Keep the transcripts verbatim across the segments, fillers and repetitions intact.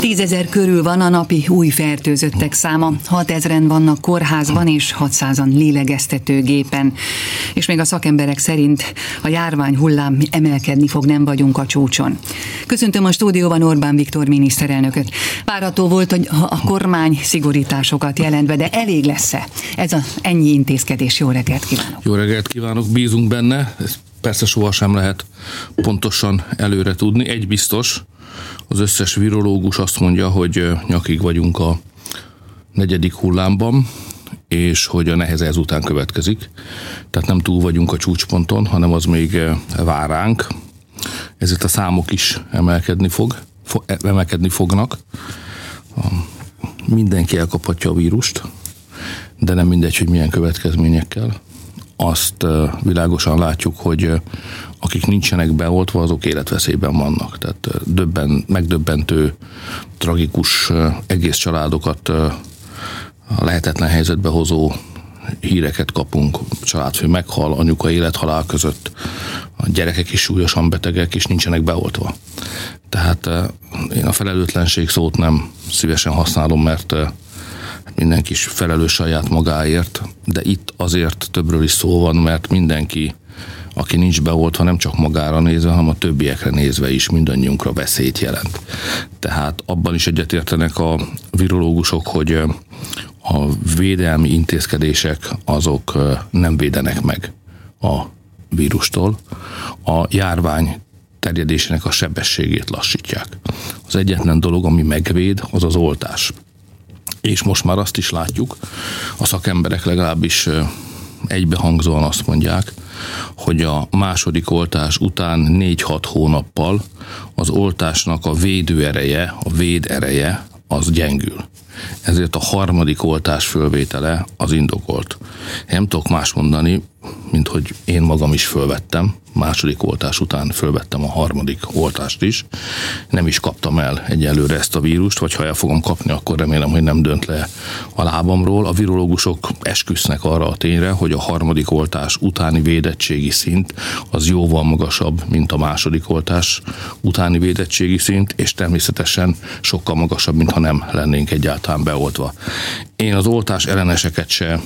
Tízezer körül van a napi új fertőzöttek száma, hatezren vannak kórházban és hatszázan lélegeztetőgépen. És még a szakemberek szerint a járvány hullám emelkedni fog, nem vagyunk a csúcson. Köszöntöm a stúdióban Orbán Viktor miniszterelnököt. Várható volt, hogy a kormány szigorításokat jelent, de elég lesz-e? Ez a ennyi intézkedés. Jó reggelt kívánok! Jó reggelt kívánok, bízunk benne. Ez persze sohasem lehet pontosan előre tudni. Egy biztos, az összes virológus azt mondja, hogy nyakig vagyunk a negyedik hullámban, és hogy a neheze ezután következik. Tehát nem túl vagyunk a csúcsponton, hanem az még vár ránk. Ezért a számok is emelkedni, fog, emelkedni fognak. Mindenki elkaphatja a vírust, de nem mindegy, hogy milyen következményekkel. Azt világosan látjuk, hogy akik nincsenek beoltva, azok életveszélyben vannak. Tehát döbben, megdöbbentő, tragikus, egész családokat a lehetetlen helyzetbe hozó híreket kapunk. A családfő meghal, anyuka élethalál között, a gyerekek is súlyosan betegek, és nincsenek beoltva. Tehát én a felelőtlenség szót nem szívesen használom, mert mindenki is felelős saját magáért, de itt azért többről is szó van, mert mindenki, aki nincs beoltva, nem csak magára nézve, hanem a többiekre nézve is mindannyiunkra veszélyt jelent. Tehát abban is egyetértenek a virológusok, hogy a védelmi intézkedések azok nem védenek meg a vírustól. A járvány terjedésének a sebességét lassítják. Az egyetlen dolog, ami megvéd, az az oltás. És most már azt is látjuk, a szakemberek legalábbis egybehangzóan azt mondják, hogy a második oltás után négy-hat hónappal az oltásnak a védőereje, a védereje az gyengül. Ezért a harmadik oltás fölvétele az indokolt. Nem tudok más mondani, mint hogy én magam is fölvettem, második oltás után fölvettem a harmadik oltást is. Nem is kaptam el egyelőre ezt a vírust, vagy ha el fogom kapni, akkor remélem, hogy nem dönt le a lábamról. A virológusok esküsznek arra a tényre, hogy a harmadik oltás utáni védettségi szint az jóval magasabb, mint a második oltás utáni védettségi szint, és természetesen sokkal magasabb, mint ha nem lennénk egyáltalán beoltva. Én az oltás elleneseket se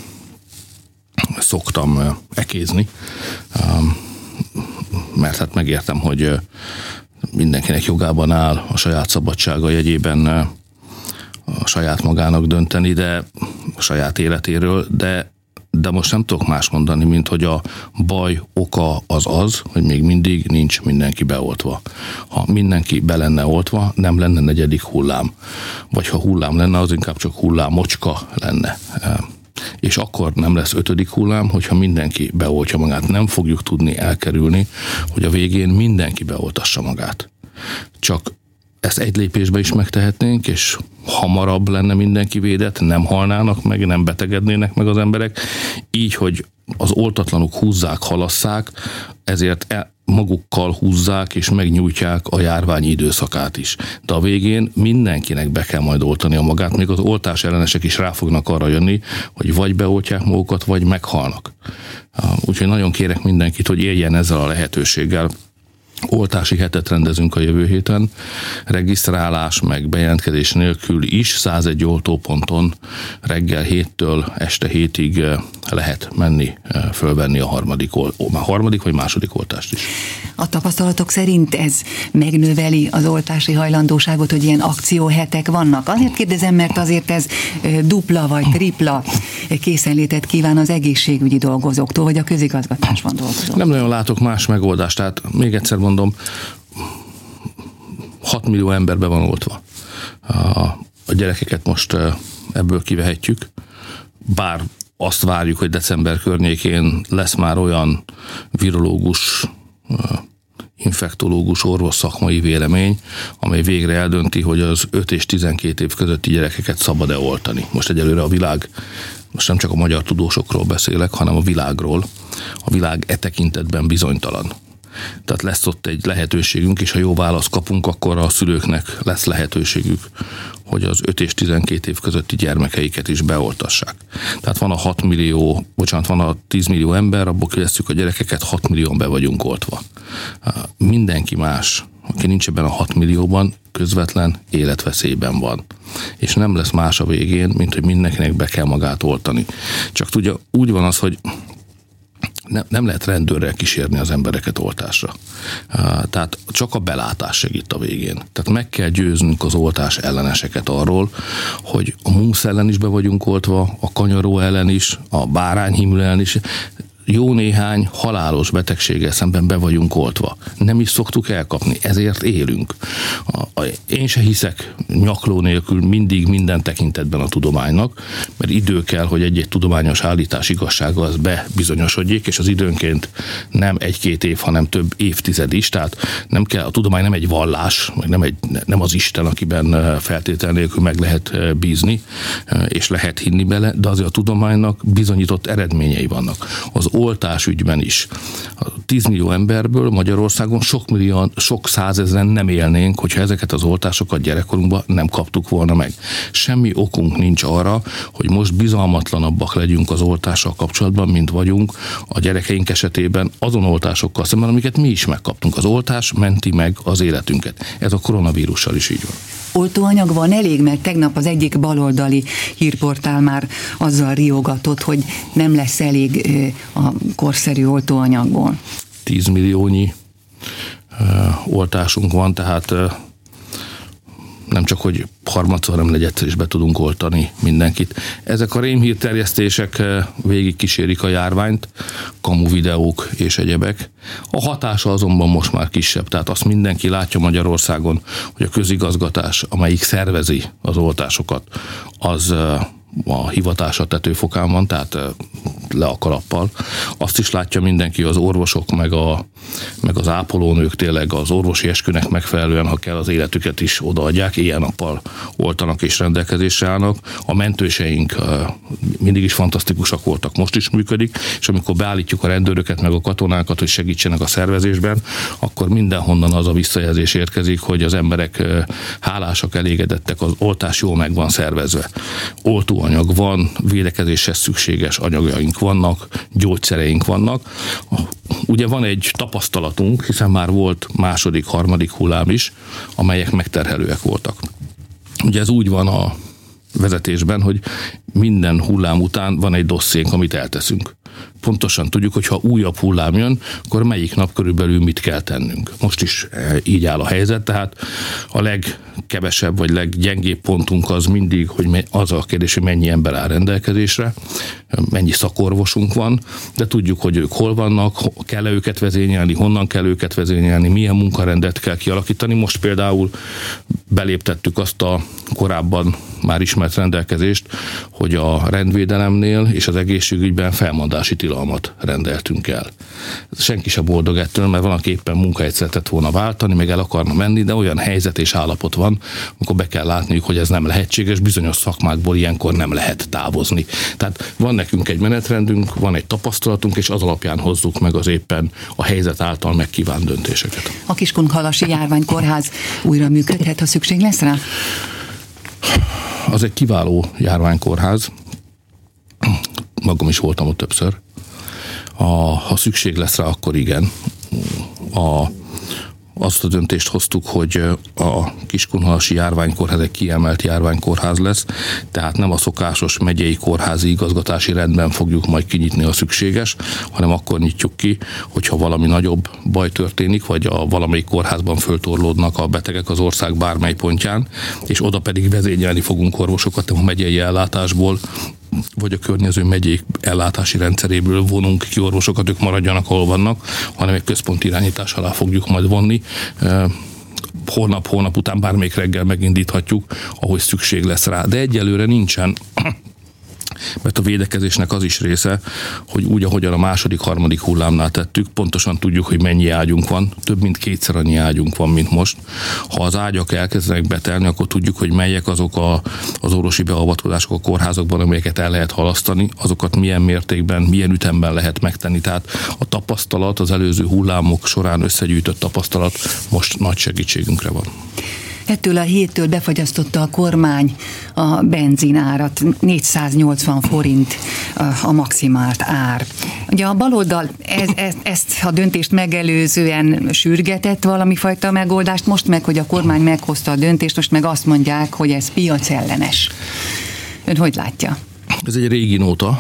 szoktam ekézni, mert hát megértem, hogy mindenkinek jogában áll a saját szabadsága jegyében a saját magának dönteni, de a saját életéről, de, de most nem tudok más mondani, mint hogy a baj oka az az, hogy még mindig nincs mindenki beoltva. Ha mindenki be lenne oltva, nem lenne negyedik hullám. Vagy ha hullám lenne, az inkább csak hullámocska lenne. És akkor nem lesz ötödik hullám, hogyha mindenki beoltja magát. Nem fogjuk tudni elkerülni, hogy a végén mindenki beoltassa magát. Csak ezt egy lépésbe is megtehetnénk, és hamarabb lenne mindenki védett, nem halnának meg, nem betegednének meg az emberek. Így, hogy az oltatlanok húzzák, halasszák, ezért el, magukkal húzzák és megnyújtják a járvány időszakát is. De a végén mindenkinek be kell majd oltani a magát, még az oltás ellenesek is rá fognak arra jönni, hogy vagy beoltják magukat, vagy meghalnak. Úgyhogy nagyon kérek mindenkit, hogy éljen ezzel a lehetőséggel. Oltási hetet rendezünk a jövő héten, regisztrálás meg bejelentkezés nélkül is százegy oltóponton reggel héttől este hétig lehet menni, fölvenni a harmadik, a harmadik vagy második oltást is. A tapasztalatok szerint ez megnöveli az oltási hajlandóságot, hogy ilyen akcióhetek vannak? Azért kérdezem, mert azért ez dupla vagy tripla készenlétet kíván az egészségügyi dolgozóktól, vagy a közigazgatásban dolgozóktól. Nem nagyon látok más megoldást, tehát még egyszer mondom, hat millió ember be van oltva. A, a gyerekeket most ebből kivehetjük, bár azt várjuk, hogy december környékén lesz már olyan virológus, infektológus, orvos szakmai vélemény, amely végre eldönti, hogy az öt és tizenkét év közötti gyerekeket szabad-e oltani. Most egyelőre a világ, most nem csak a magyar tudósokról beszélek, hanem a világról. A világ e tekintetben bizonytalan. Tehát lesz ott egy lehetőségünk, és ha jó választ kapunk, akkor a szülőknek lesz lehetőségük, hogy az öt és tizenkét év közötti gyermekeiket is beoltassák. Tehát van a hat millió, bocsánat, van a tíz millió ember, abból kivesszük a gyerekeket, hat millión be vagyunk oltva. Mindenki más aki nincs ebben a hat millióban, közvetlen életveszélyben van. És nem lesz más a végén, mint hogy mindenkinek be kell magát oltani. Csak tudja, úgy van az, hogy nem, nem lehet rendőrrel kísérni az embereket oltásra. Tehát csak a belátás segít a végén. Tehát meg kell győznünk az oltás elleneseket arról, hogy a musz ellen is be vagyunk oltva, a kanyaró ellen is, a bárányhímű ellen is, jó néhány halálos betegséggel szemben be vagyunk oltva. Nem is szoktuk elkapni, ezért élünk. A, a, én se hiszek nyakló nélkül mindig minden tekintetben a tudománynak, mert idő kell, hogy egy-egy tudományos állítás igazsága az bebizonyosodjék, és az időnként nem egy-két év, hanem több évtized is, tehát nem kell, a tudomány nem egy vallás, meg nem, egy, nem az Isten, akiben feltétel nélkül meg lehet bízni, és lehet hinni bele, de azért a tudománynak bizonyított eredményei vannak. Az oltás ügyben is. tíz millió emberből Magyarországon sok millió, sok százezren nem élnénk, hogyha ezeket az oltásokat gyerekkorunkban nem kaptuk volna meg. Semmi okunk nincs arra, hogy most bizalmatlanabbak legyünk az oltással kapcsolatban, mint vagyunk a gyerekeink esetében azon oltásokkal szemben, amiket mi is megkaptunk. Az oltás menti meg az életünket. Ez a koronavírussal is így van. Oltóanyag van elég, mert tegnap az egyik baloldali hírportál már azzal riogatott, hogy nem lesz elég a korszerű oltóanyagból. tíz milliónyi oltásunk van, tehát nem csak, hogy harmadszor, hanem negyedszer is be tudunk oltani mindenkit. Ezek a rémhírterjesztések végig kísérik a járványt, kamu videók és egyebek. A hatása azonban most már kisebb, tehát azt mindenki látja Magyarországon, hogy a közigazgatás, amelyik szervezi az oltásokat, az a hivatása tetőfokán van, tehát le a kalappal. Azt is látja mindenki, az orvosok, meg, a, meg az ápolónők tényleg az orvosi eskünek megfelelően, ha kell, az életüket is odaadják, éjjel-nappal oltanak és rendelkezésre állnak. A mentőseink mindig is fantasztikusak voltak, most is működik, és amikor beállítjuk a rendőröket, meg a katonákat, hogy segítsenek a szervezésben, akkor mindenhonnan az a visszajelzés érkezik, hogy az emberek hálásak, elégedettek, az oltás jól meg van szervezve. Oltóanyag van, védekezéshez szükséges anyagjaink vannak, gyógyszereink vannak. Ugye van egy tapasztalatunk, hiszen már volt második, harmadik hullám is, amelyek megterhelőek voltak. Ugye ez úgy van a vezetésben, hogy minden hullám után van egy dosszénk, amit elteszünk. Pontosan tudjuk, hogy ha újabb hullám jön, akkor melyik nap körülbelül mit kell tennünk. Most is így áll a helyzet, tehát a legkevesebb vagy leggyengébb pontunk az mindig, hogy az a kérdés, hogy mennyi ember áll rendelkezésre, mennyi szakorvosunk van, de tudjuk, hogy ők hol vannak, kell-e őket vezényelni, honnan kell őket vezényelni, milyen munkarendet kell kialakítani. Most például beléptettük azt a korábban már ismert rendelkezést, hogy a rendvédelemnél és az egészségügyben felmondási tilalmat rendeltünk el. Senki sem boldog ettől, mert van, aki éppen munkahelyet szeretett volna váltani, meg el akarna menni, de olyan helyzet és állapot van, amikor be kell látniuk, hogy ez nem lehetséges, bizonyos szakmákból ilyenkor nem lehet távozni. Tehát van nekünk egy menetrendünk, van egy tapasztalatunk, és az alapján hozzuk meg az éppen a helyzet által megkívánt döntéseket. A Kiskunhalasi Járványkórház újra működhet, ha szükség lesz rá? Az egy kiváló járványkórház. Magam is voltam ott többször. A, ha szükség lesz rá, akkor igen. A, azt a döntést hoztuk, hogy a Kiskunhalasi Járványkórház egy kiemelt járványkórház lesz, tehát nem a szokásos megyei kórházi igazgatási rendben fogjuk majd kinyitni, a szükséges, hanem akkor nyitjuk ki, hogyha valami nagyobb baj történik, vagy a valamelyik kórházban föltorlódnak a betegek az ország bármely pontján, és oda pedig vezényelni fogunk orvosokat a megyei ellátásból, vagy a környező megyék ellátási rendszeréből vonunk ki orvosokat, ők maradjanak, ahol vannak, hanem egy központi irányítás alá fogjuk majd vonni. Holnap, holnap után bármelyik reggel megindíthatjuk, ahogy szükség lesz rá. De egyelőre nincsen, mert a védekezésnek az is része, hogy úgy, ahogyan a második, harmadik hullámnál tettük, pontosan tudjuk, hogy mennyi ágyunk van, több mint kétszer annyi ágyunk van, mint most. Ha az ágyak elkezdenek betelni, akkor tudjuk, hogy melyek azok a, az orvosi beavatkozások a kórházakban, amelyeket el lehet halasztani, azokat milyen mértékben, milyen ütemben lehet megtenni. Tehát a tapasztalat, az előző hullámok során összegyűjtött tapasztalat most nagy segítségünkre van. Ettől a héttől befagyasztotta a kormány a benzinárat, négyszáznyolcvan forint a maximált ár. Ugye a baloldal ez, ez, ezt a döntést megelőzően sürgetett valami fajta megoldást, most meg, hogy a kormány meghozta a döntést, most meg azt mondják, hogy ez piacellenes. Ön hogy látja? Ez egy régi nóta.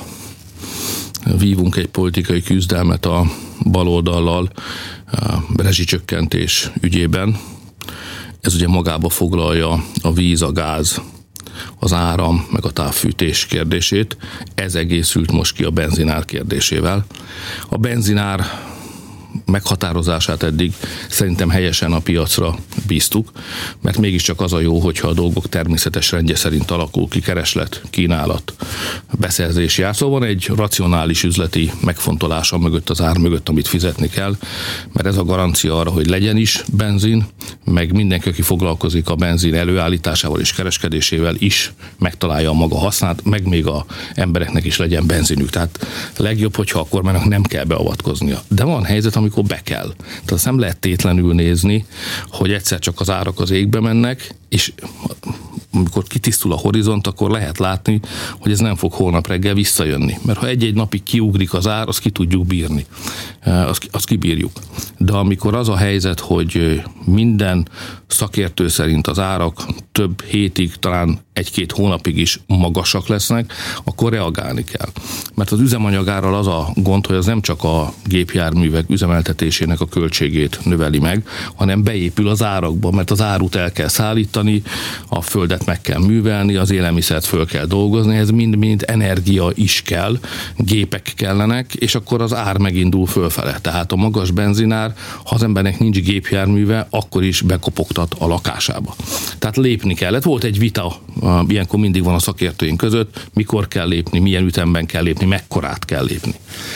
Vívunk egy politikai küzdelmet a baloldallal a rezsicsökkentés ügyében. Ez ugye magába foglalja a víz, a gáz, az áram, meg a távfűtés kérdését. Ez egészült most ki a benzinár kérdésével. A benzinár meghatározását eddig szerintem helyesen a piacra bíztuk, mert mégiscsak az a jó, hogyha a dolgok természetes rendje szerint alakul ki, kereslet, kínálat, beszerzési ár. Szóval van egy racionális üzleti megfontolása mögött, az ár mögött, amit fizetni kell, mert ez a garancia arra, hogy legyen is benzin, meg mindenki, aki foglalkozik a benzin előállításával és kereskedésével is megtalálja a maga hasznát, meg még a embereknek is legyen benzinük. Tehát legjobb, hogyha a kormánynak nem kell beavatkoznia. De van helyzet, amikor be kell. Tehát azt nem lehet tétlenül nézni, hogy egyszer csak az árak az égbe mennek, és amikor kitisztul a horizont, akkor lehet látni, hogy ez nem fog holnap reggel visszajönni. Mert ha egy-egy napig kiugrik az ár, azt ki tudjuk bírni. Azt, azt kibírjuk. De amikor az a helyzet, hogy minden szakértő szerint az árak több hétig, talán egy-két hónapig is magasak lesznek, akkor reagálni kell. Mert az üzemanyagárral az a gond, hogy az nem csak a gépjárművek üzemeltetésének a költségét növeli meg, hanem beépül az árakba, mert az árut el kell szállítani, a földet meg kell művelni, az élelmiszert föl kell dolgozni, ez mind-mind energia is kell, gépek kellenek, és akkor az ár megindul fölfele. Tehát a magas benzinár, ha az embernek nincs gépjárműve, akkor is bekopogtat a lakásába. Tehát lépni kellett. Volt egy vita, ilyenkor mindig van a szakértőink között, mikor kell lépni, milyen ütemben kell lépni, mekkorát kell lépni.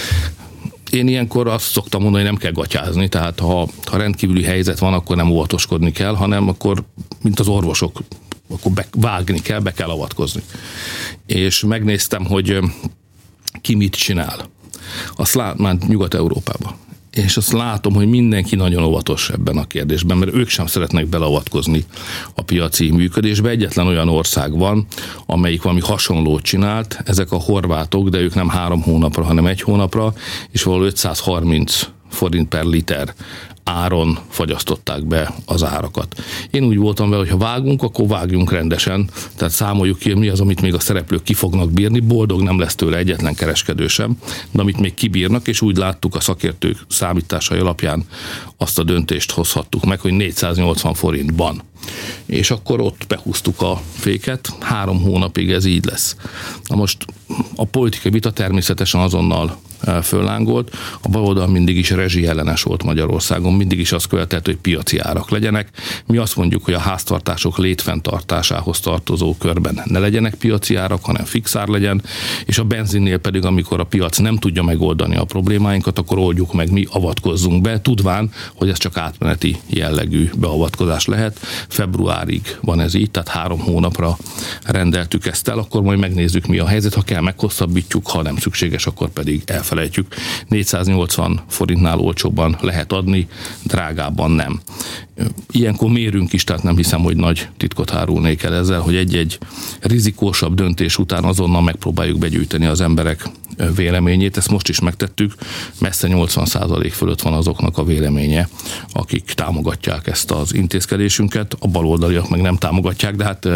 Én ilyenkor azt szoktam mondani, hogy nem kell gatyázni, tehát ha, ha rendkívüli helyzet van, akkor nem óvatoskodni kell, hanem akkor, mint az orvosok, akkor be, vágni kell, be kell avatkozni. És megnéztem, hogy ki mit csinál. Azt lát már Nyugat-Európában. És azt látom, hogy mindenki nagyon óvatos ebben a kérdésben, mert ők sem szeretnek beleavatkozni a piaci működésbe. Egyetlen olyan ország van, amelyik valami hasonlót csinált, ezek a horvátok, de ők nem három hónapra, hanem egy hónapra, és valahol ötszázharminc forint per liter áron fagyasztották be az árakat. Én úgy voltam vele, hogy ha vágunk, akkor vágjunk rendesen, tehát számoljuk ki, mi az, amit még a szereplők ki fognak bírni, boldog nem lesz tőle egyetlen kereskedő sem, de amit még kibírnak, és úgy láttuk a szakértők számításai alapján azt a döntést hozhattuk meg, hogy négyszáznyolcvan forintban. És akkor ott behúztuk a féket, három hónapig ez így lesz. Na most a politikai vita természetesen azonnal föllángolt, a baloldal mindig is rezsiellenes volt Magyarországon, mindig is azt követett, hogy piaci árak legyenek. Mi azt mondjuk, hogy a háztartások létfenntartásához tartozó körben ne legyenek piaci árak, hanem fix ár legyen, és a benzinnél pedig, amikor a piac nem tudja megoldani a problémáinkat, akkor oldjuk meg, mi avatkozzunk be, tudván, hogy ez csak átmeneti jellegű beavatkozás lehet. Februárig van ez így, tehát három hónapra rendeltük ezt el, akkor majd megnézzük, mi a helyzet, ha kell, meghosszabbítjuk, ha nem szükséges, akkor pedig elfelejtjük. négyszáznyolcvan forintnál olcsóbban lehet adni, drágábban nem. Ilyenkor mérünk is, tehát nem hiszem, hogy nagy titkot árulnék el ezzel, hogy egy-egy rizikósabb döntés után azonnal megpróbáljuk begyűjteni az emberek véleményét. Ezt most is megtettük, messze nyolcvan százalék fölött van azoknak a véleménye, akik támogatják ezt az intézkedésünket, a baloldaliak meg nem támogatják, de hát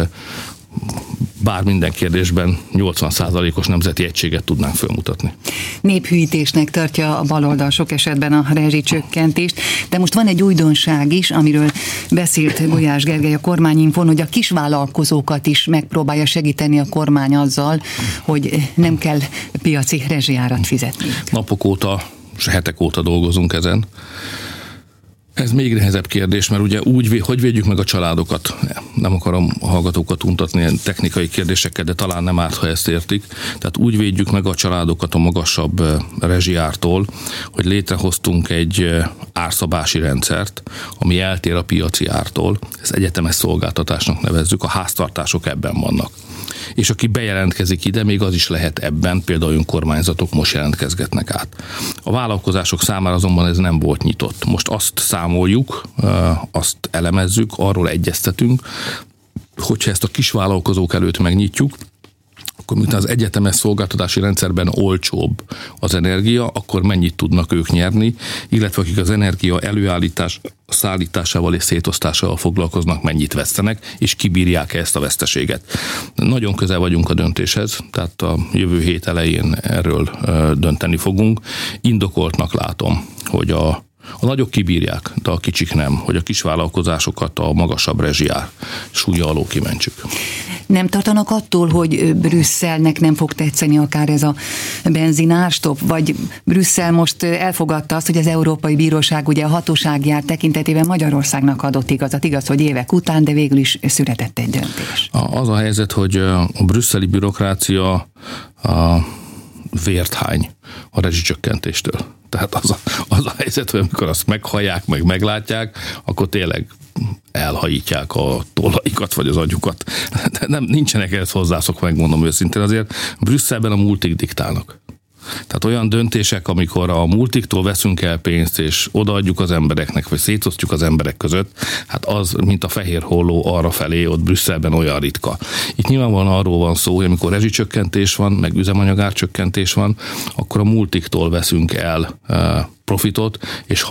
bár minden kérdésben nyolcvan százalékos nemzeti egységet tudnánk felmutatni. Néphűítésnek tartja a baloldal sok esetben a rezsicsökkentést, de most van egy újdonság is, amiről beszélt Gulyás Gergely a kormányinfon, hogy a kisvállalkozókat is megpróbálja segíteni a kormány azzal, hogy nem kell piaci rezsiárat fizetni. Napok óta, és hetek óta dolgozunk ezen. Ez még nehezebb kérdés, mert ugye úgy, hogy védjük meg a családokat, nem akarom a hallgatókat untatni ilyen technikai kérdésekkel, de talán nem árt, ha ezt értik. Tehát úgy védjük meg a családokat a magasabb rezsiártól, hogy létrehoztunk egy árszabási rendszert, ami eltér a piaci ártól. Ezt egyetemes szolgáltatásnak nevezzük, a háztartások ebben vannak. és aki bejelentkezik ide, még az is lehet ebben, például önkormányzatok most jelentkezgetnek át. A vállalkozások számára azonban ez nem volt nyitott. Most azt számoljuk, azt elemezzük, arról egyeztetünk, hogyha ezt a kisvállalkozók előtt megnyitjuk, akkor miután az egyetemes szolgáltatási rendszerben olcsóbb az energia, akkor mennyit tudnak ők nyerni, illetve akik az energia előállítás, szállításával és szétosztásával foglalkoznak, mennyit vesztenek, és kibírják ezt a veszteséget. Nagyon közel vagyunk a döntéshez, tehát a jövő hét elején erről dönteni fogunk. Indokoltnak látom, hogy a A nagyok kibírják, de a kicsik nem, hogy a kisvállalkozásokat a magasabb rezsiár súlya alól kimentsük. Nem tartanak attól, hogy Brüsszelnek nem fog tetszeni akár ez a benzinárstop, vagy Brüsszel most elfogadta azt, hogy az Európai Bíróság ugye a hatóságjár tekintetében Magyarországnak adott igazat, igaz, hogy évek után, de végül is született egy döntés. Az a helyzet, hogy a brüsszeli bürokrácia a vért hány a rezsicsökkentéstől. Tehát az a, az a helyzet, hogy amikor azt meghallják, meg meglátják, akkor tényleg elhajítják a tollaikat, vagy az agyukat. De nem, nincsenek ehhez hozzászok, megmondom őszintén, azért Brüsszelben a multik diktálnak. Tehát olyan döntések, amikor a multiktól veszünk el pénzt, és odaadjuk az embereknek, vagy szétosztjuk az emberek között, hát az, mint a fehér holló arra felé, ott Brüsszelben olyan ritka. Itt nyilvánvalóan arról van szó, hogy amikor rezsicsökkentés van, meg üzemanyagárcsökkentés van, akkor a multiktól veszünk el profitot, és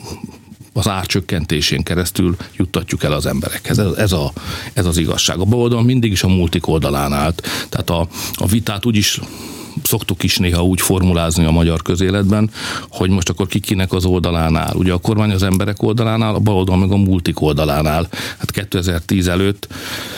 az árcsökkentésén keresztül juttatjuk el az emberekhez. Ez, ez, a, ez az igazság. A baloldal mindig is a multik oldalán állt. Tehát a, a vitát úgyis szoktuk is néha úgy formulázni a magyar közéletben, hogy most akkor ki kinek az oldalán áll. Ugye a kormány az emberek oldalán áll, a baloldal meg a multik oldalán áll. Hát kétezer-tíz előtt,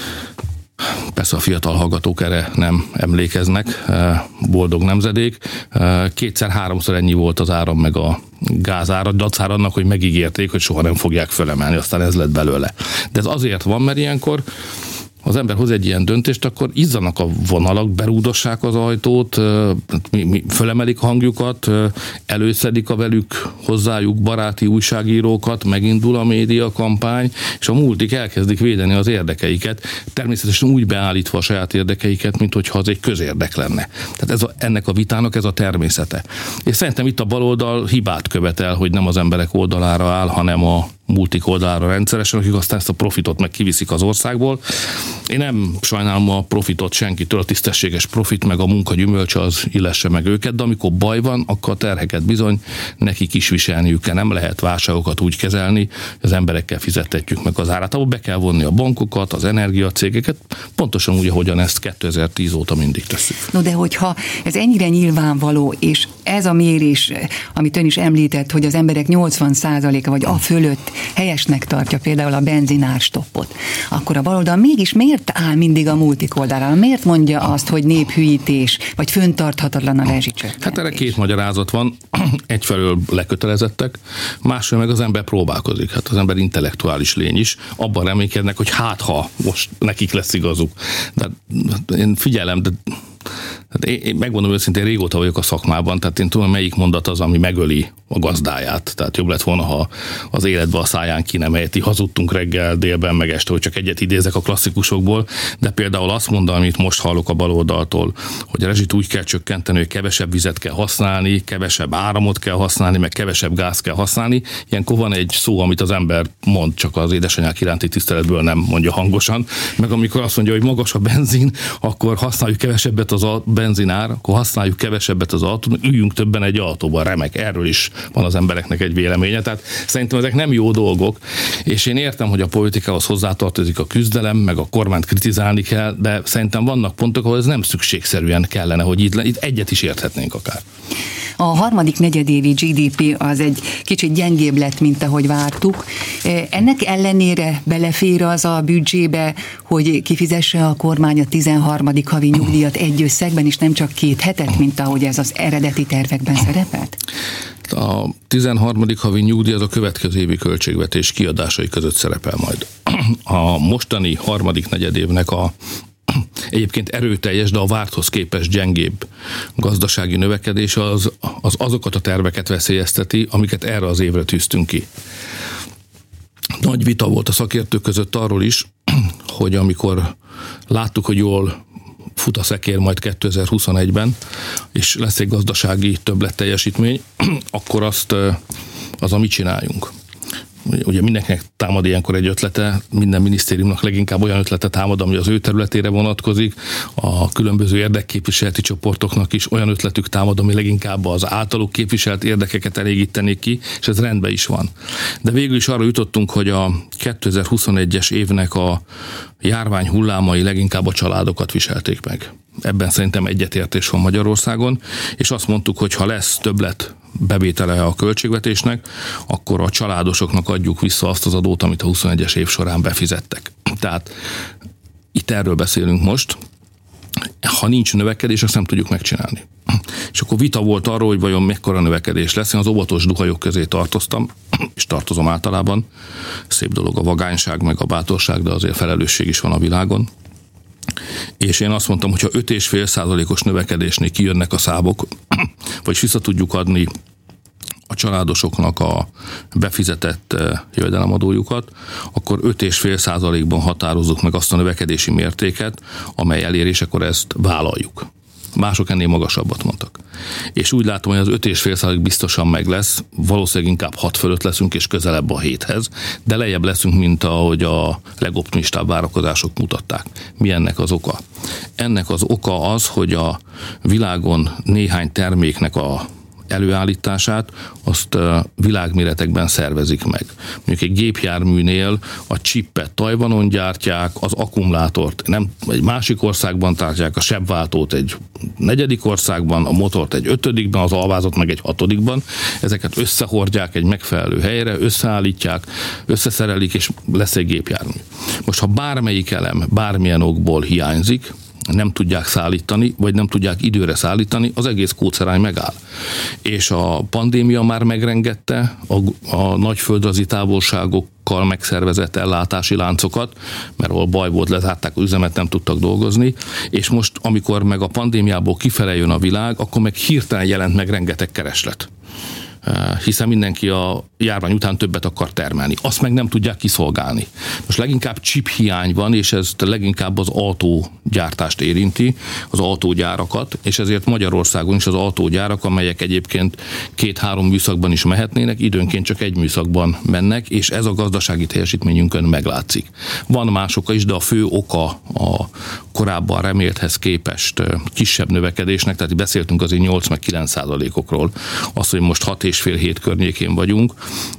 persze a fiatal hallgatók erre nem emlékeznek, boldog nemzedék, kétszer-háromszor ennyi volt az áram meg a gázára, dacára annak, hogy megígérték, hogy soha nem fogják fölemelni, aztán ez lett belőle. De ez azért van, mert ilyenkor az ember hoz egy ilyen döntést, akkor izzanak a vonalak, berúdossák az ajtót, mi, mi, fölemelik a hangjukat, előszedik a velük hozzájuk baráti újságírókat, megindul a média kampány, és a multik elkezdik védeni az érdekeiket, természetesen úgy beállítva a saját érdekeiket, mint hogyha az egy közérdek lenne. Tehát ez a, ennek a vitának ez a természete. És szerintem itt a baloldal hibát követel, hogy nem az emberek oldalára áll, hanem a multik oldalára rendszeresen, akik aztán ezt a profitot meg kiviszik az országból. Én nem sajnálom a profitot senkitől, a tisztességes profit, meg a munka gyümölcse az illesse meg őket, de amikor baj van, akkor a terheket bizony nekik is viselniük kell. Nem lehet válságokat úgy kezelni, hogy az emberekkel fizettetjük meg az árát. Abba be kell vonni a bankokat, az energiacégeket, pontosan úgy, ahogyan ezt kétezer-tíz óta mindig tesszük. No de hogyha ez ennyire nyilvánvaló, és ez a mérés, amit ön is említett, hogy az emberek nyolcvan százaléka vagy a fölött helyesnek tartja például a benzinárstoppot, akkor a baloldal mégis miért áll mindig a multik oldalára? Miért mondja azt, hogy néphűítés, vagy fenntarthatatlan a rezsicsökkentés? Hát erre két magyarázat van. Egyfelől lekötelezettek, másfelől meg az ember próbálkozik. Hát az ember intellektuális lény is. Abban reménykednek, hogy hát ha most nekik lesz igazuk. De én figyelem, de hát én, én megmondom őszintén, régóta vagyok a szakmában, tehát én tudom, melyik mondat az, ami megöli a gazdáját. Tehát jobb lett volna, ha az életbe a száján ki nem ejti, hazudtunk reggel, délben, meg este, hogy csak egyet idézek a klasszikusokból, de például azt mondom, amit most hallok a baloldaltól, hogy a rezsit úgy kell csökkenteni, hogy kevesebb vizet kell használni, kevesebb áramot kell használni, meg kevesebb gáz kell használni. Ilyenkor van egy szó, amit az ember mond, csak az édesanyák iránti tiszteletből nem mondja hangosan, meg amikor azt mondja, hogy magas a benzin, akkor használjuk kevesebbet az a benzinár, akkor használjuk kevesebbet az autót, üljünk többen egy autóban, remek, erről is van az embereknek egy véleménye. Tehát szerintem ezek nem jó dolgok, és én értem, hogy a politikához hozzátartozik a küzdelem, meg a kormányt kritizálni kell, de szerintem vannak pontok, ahol ez nem szükségszerűen kellene, hogy itt, itt egyet is érthetnénk akár. A harmadik negyedévi gé dé pé az egy kicsit gyengébb lett, mint ahogy vártuk. Ennek ellenére belefér az a büdzsébe, hogy kifizesse a kormány a tizenharmadik havi nyugdíjat egy összegben, és nem csak két hetet, mint ahogy ez az eredeti tervekben szerepelt? A tizenharmadik havi nyugdíj az a következő évi költségvetés kiadásai között szerepel majd. A mostani harmadik negyedévnek a egyébként erőteljes, de a várthoz képest gyengébb gazdasági növekedés az, az azokat a terveket veszélyezteti, amiket erre az évre tűztünk ki. Nagy vita volt a szakértők között arról is, hogy amikor láttuk, hogy jól fut a szekér majd kétezer-huszonegyben, és lesz egy gazdasági többletteljesítmény, akkor azt az, amit csináljunk. Ugye mindenkinek támad ilyenkor egy ötlete, minden minisztériumnak leginkább olyan ötlete támad, ami az ő területére vonatkozik, a különböző érdekképviseleti csoportoknak is olyan ötletük támad, ami leginkább az általuk képviselt érdekeket elégítenék ki, és ez rendben is van. De végül is arra jutottunk, hogy a kétezer-huszonegyes évnek a járvány hullámai leginkább a családokat viselték meg. Ebben szerintem egyetértés van Magyarországon, és azt mondtuk, hogy ha lesz többlet bevétele a költségvetésnek, akkor a családosoknak adjuk vissza azt az adót, amit a huszonegyes év során befizettek. Tehát itt erről beszélünk most. Ha nincs növekedés, azt nem tudjuk megcsinálni. És akkor vita volt arról, hogy vajon mekkora növekedés lesz. Én az óvatos duhajok közé tartoztam, és tartozom általában. Szép dolog a vagányság, meg a bátorság, de azért felelősség is van a világon. És én azt mondtam, hogy ha öt egész öt százalékos növekedésnél kijönnek a számok, vagy vissza tudjuk adni a családosoknak a befizetett jövedelemadójukat, akkor öt egész öt százalékban határozzuk meg azt a növekedési mértéket, amely elérésekor ezt vállaljuk. Mások ennél magasabbat mondtak. És úgy látom, hogy az öt egész öt százalék biztosan meg lesz, valószínűleg inkább hat fölött leszünk, és közelebb a héthez, de lejjebb leszünk, mint ahogy a legoptimistább várakozások mutatták. Mi ennek az oka? Ennek az oka az, hogy a világon néhány terméknek a előállítását, azt világméretekben szervezik meg. Mondjuk egy gépjárműnél a csippet Tajvanon gyártják, az akkumulátort nem egy másik országban tartják, a sebváltót egy negyedik országban, a motort egy ötödikben, az alvázat meg egy hatodikban. Ezeket összehordják egy megfelelő helyre, összeállítják, összeszerelik, és lesz egy gépjármű. Most, ha bármelyik elem bármilyen okból hiányzik, nem tudják szállítani, vagy nem tudják időre szállítani, az egész kódszerány megáll. És a pandémia már megrengette a, a nagyföldrajzi távolságokkal megszervezett ellátási láncokat, mert ahol baj volt, lezárták az üzemet, nem tudtak dolgozni, és most, amikor meg a pandémiából kifele jön a világ, akkor meg hirtelen jelent meg rengeteg kereslet. Hiszen mindenki a járvány után többet akar termelni. Azt meg nem tudják kiszolgálni. Most leginkább chip hiány van, és ez leginkább az autógyártást érinti, az autógyárakat, és ezért Magyarországon is az autógyárak, amelyek egyébként két-három műszakban is mehetnének, időnként csak egy műszakban mennek, és ez a gazdasági teljesítményünkön meglátszik. Van más oka is, de a fő oka a korábban remélthez képest kisebb növekedésnek, tehát beszéltünk azért nyolc meg kilenc százalékokról, az, hogy most hat és fél hét környékén vagyunk,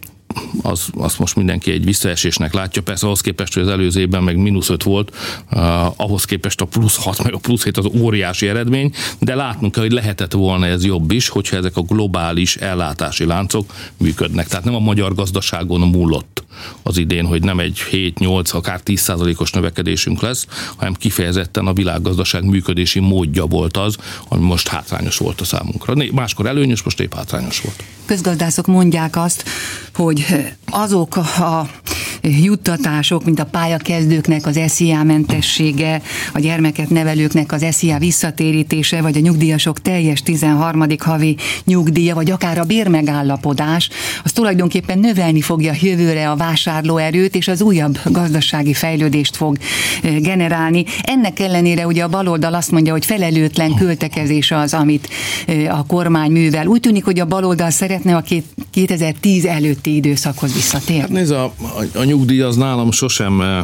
az, azt most mindenki egy visszaesésnek látja. Persze ahhoz képest, hogy az előző évben meg mínusz öt volt, uh, ahhoz képest a plusz hat meg a plusz hét az óriási eredmény, de látnunk kell, hogy lehetett volna ez jobb is, hogyha ezek a globális ellátási láncok működnek. Tehát nem a magyar gazdaságon múlott az idén, hogy nem egy hét-nyolc, akár tíz százalékos növekedésünk lesz, hanem kifejezetten a világgazdaság működési módja volt az, ami most hátrányos volt a számunkra. Máskor előnyös, most épp hátrányos volt. Közgazdászok mondják azt, hogy azok a juttatások, mint a pályakezdőknek az es zé á-mentessége, a gyermeket nevelőknek az es zé á visszatérítése, vagy a nyugdíjasok teljes tizenharmadik havi nyugdíja, vagy akár a bérmegállapodás, az tulajdonképpen növelni fogja jövőre a vásárlóerőt, és az újabb gazdasági fejlődést fog generálni. Ennek ellenére ugye a baloldal azt mondja, hogy felelőtlen költekezés az, amit a kormány művel. Úgy tűnik, hogy a baloldal szeretne a kétezer-tíz előtti időszakhoz visszatérni. Hát nézd, a, a, a nyugdíj az nálam sosem,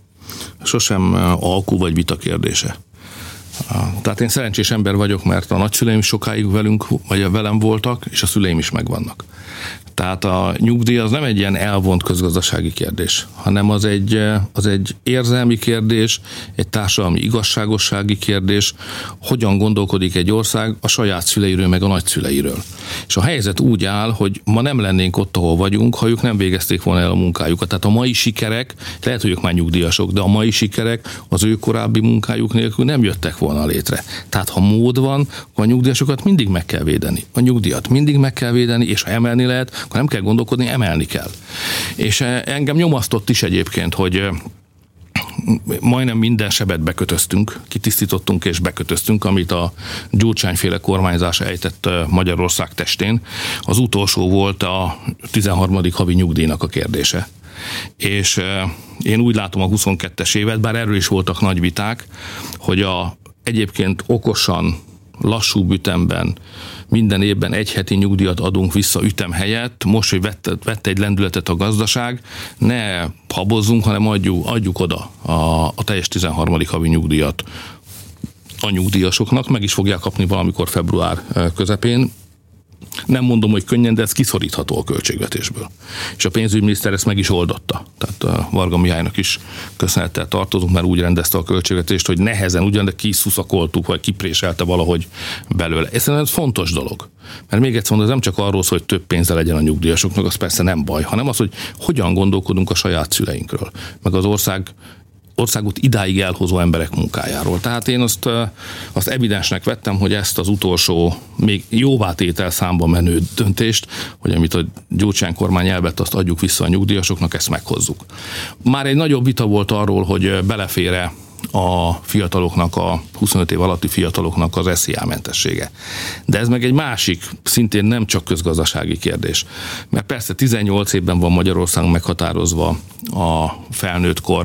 sosem alkú vagy vita kérdése. Tehát én szerencsés ember vagyok, mert a nagyszüleim sokáig velünk, vagy velem voltak, és a szüleim is megvannak. Tehát a nyugdíj az nem egy ilyen elvont közgazdasági kérdés, hanem az egy, az egy érzelmi kérdés, egy társadalmi igazságossági kérdés, hogyan gondolkodik egy ország a saját szüleiről, meg a nagyszüleiről. És a helyzet úgy áll, hogy ma nem lennénk ott, ahol vagyunk, ha ők nem végezték volna el a munkájukat. Tehát a mai sikerek, lehet, hogy ők már nyugdíjasok, de a mai sikerek az ő korábbi munkájuk nélkül nem jöttek volna létre. Tehát ha mód van, akkor a nyugdíjasokat mindig meg kell védeni. A nyugdíjat mindig meg kell védeni, és ha emelni lehet, akkor nem kell gondolkodni, emelni kell. És engem nyomasztott is egyébként, hogy majdnem minden sebet bekötöztünk, kitisztítottunk és bekötöztünk, amit a Gyurcsányféle kormányzás ejtett Magyarország testén. Az utolsó volt a tizenharmadik havi nyugdíjnak a kérdése. És én úgy látom a huszonkettes évet, bár erről is voltak nagy viták, hogy a egyébként okosan, lassú ütemben minden évben egy heti nyugdíjat adunk vissza ütem helyett, most, hogy vette, vette egy lendületet a gazdaság, ne habozzunk, hanem adjuk, adjuk oda a, a teljes tizenharmadik havi nyugdíjat a nyugdíjasoknak, meg is fogják kapni valamikor február közepén. Nem mondom, hogy könnyen, de ez kiszorítható a költségvetésből. És a pénzügyminiszter ezt meg is oldotta. Tehát a Varga Mihálynak is köszönettel tartozunk, mert úgy rendezte a költségvetést, hogy nehezen ugyan, de kiszuszakoltuk, vagy kipréselte valahogy belőle. Ez egy fontos dolog. Mert még egyszer mondom, ez nem csak arról szól, hogy több pénze legyen a nyugdíjasoknak, az persze nem baj, hanem az, hogy hogyan gondolkodunk a saját szüleinkről. Meg az ország országot idáig elhozó emberek munkájáról. Tehát én azt, azt evidensnek vettem, hogy ezt az utolsó, még jóvátétel számba menő döntést, hogy amit a Gyurcsány kormány elvett, azt adjuk vissza a nyugdíjasoknak, ezt meghozzuk. Már egy nagyobb vita volt arról, hogy belefér-e a fiataloknak, a huszonöt év alatti fiataloknak az es zé á mentessége. De ez meg egy másik, szintén nem csak közgazdasági kérdés. Mert persze tizennyolc évben van Magyarországon meghatározva a felnőttkor,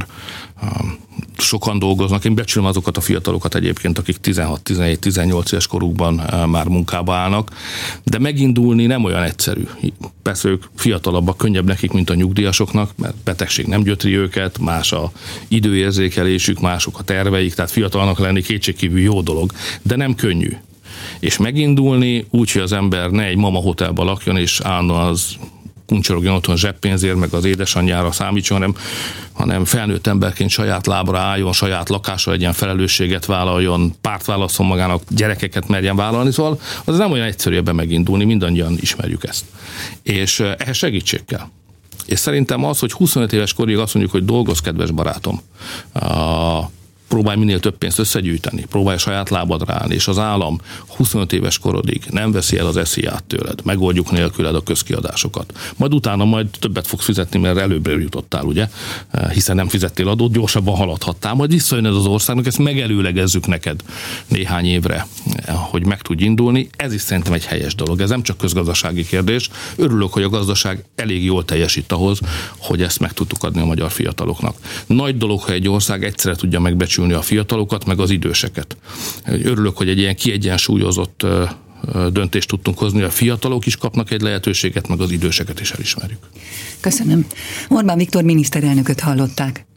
sokan dolgoznak, én becsülöm azokat a fiatalokat egyébként, akik tizenhat, tizenhét, tizennyolc éves korukban már munkába állnak, de megindulni nem olyan egyszerű. Persze ők fiatalabbak, könnyebb nekik, mint a nyugdíjasoknak, mert betegség nem gyötri őket, más a időérzékelésük, mások a terveik, tehát fiatalnak lenni kétségkívül jó dolog, de nem könnyű. És megindulni úgy, hogy az ember ne egy mama hotelba lakjon, és állna az kuncsorogjon otthon zseppénzért, meg az édesanyjára számítson, hanem, hanem felnőtt emberként saját lábra álljon, saját lakásra legyen, felelősséget vállaljon, párt válasszon magának, gyerekeket merjen vállalni, szóval az nem olyan egyszerű ebben megindulni, mindannyian ismerjük ezt. És ehhez segítség kell. És szerintem az, hogy huszonöt éves korig azt mondjuk, hogy dolgozz, kedves barátom, a próbálj minél több pénzt összegyűjteni, próbálj saját lábadra állni, és az állam huszonöt éves korodig nem veszi el az es zé á-t tőled, megoldjuk nélküled a közkiadásokat. Majd utána majd többet fogsz fizetni, mert előbbre jutottál, ugye, hiszen nem fizettél adót, gyorsabban haladhattál, majd visszajön ez az országnak, ezt megelőlegezzük neked néhány évre, hogy meg tudj indulni. Ez is szerintem egy helyes dolog, ez nem csak közgazdasági kérdés. Örülök, hogy a gazdaság elég jól teljesít ahhoz, hogy ezt meg tudtuk adni a magyar fiataloknak. Nagy dolog, ha egy ország egyszerre tudja megbecsülni a fiatalokat, meg az időseket. Örülök, hogy egy ilyen kiegyensúlyozott döntést tudtunk hozni, a fiatalok is kapnak egy lehetőséget, meg az időseket is elismerjük. Köszönöm. Orbán Viktor miniszterelnököt hallották.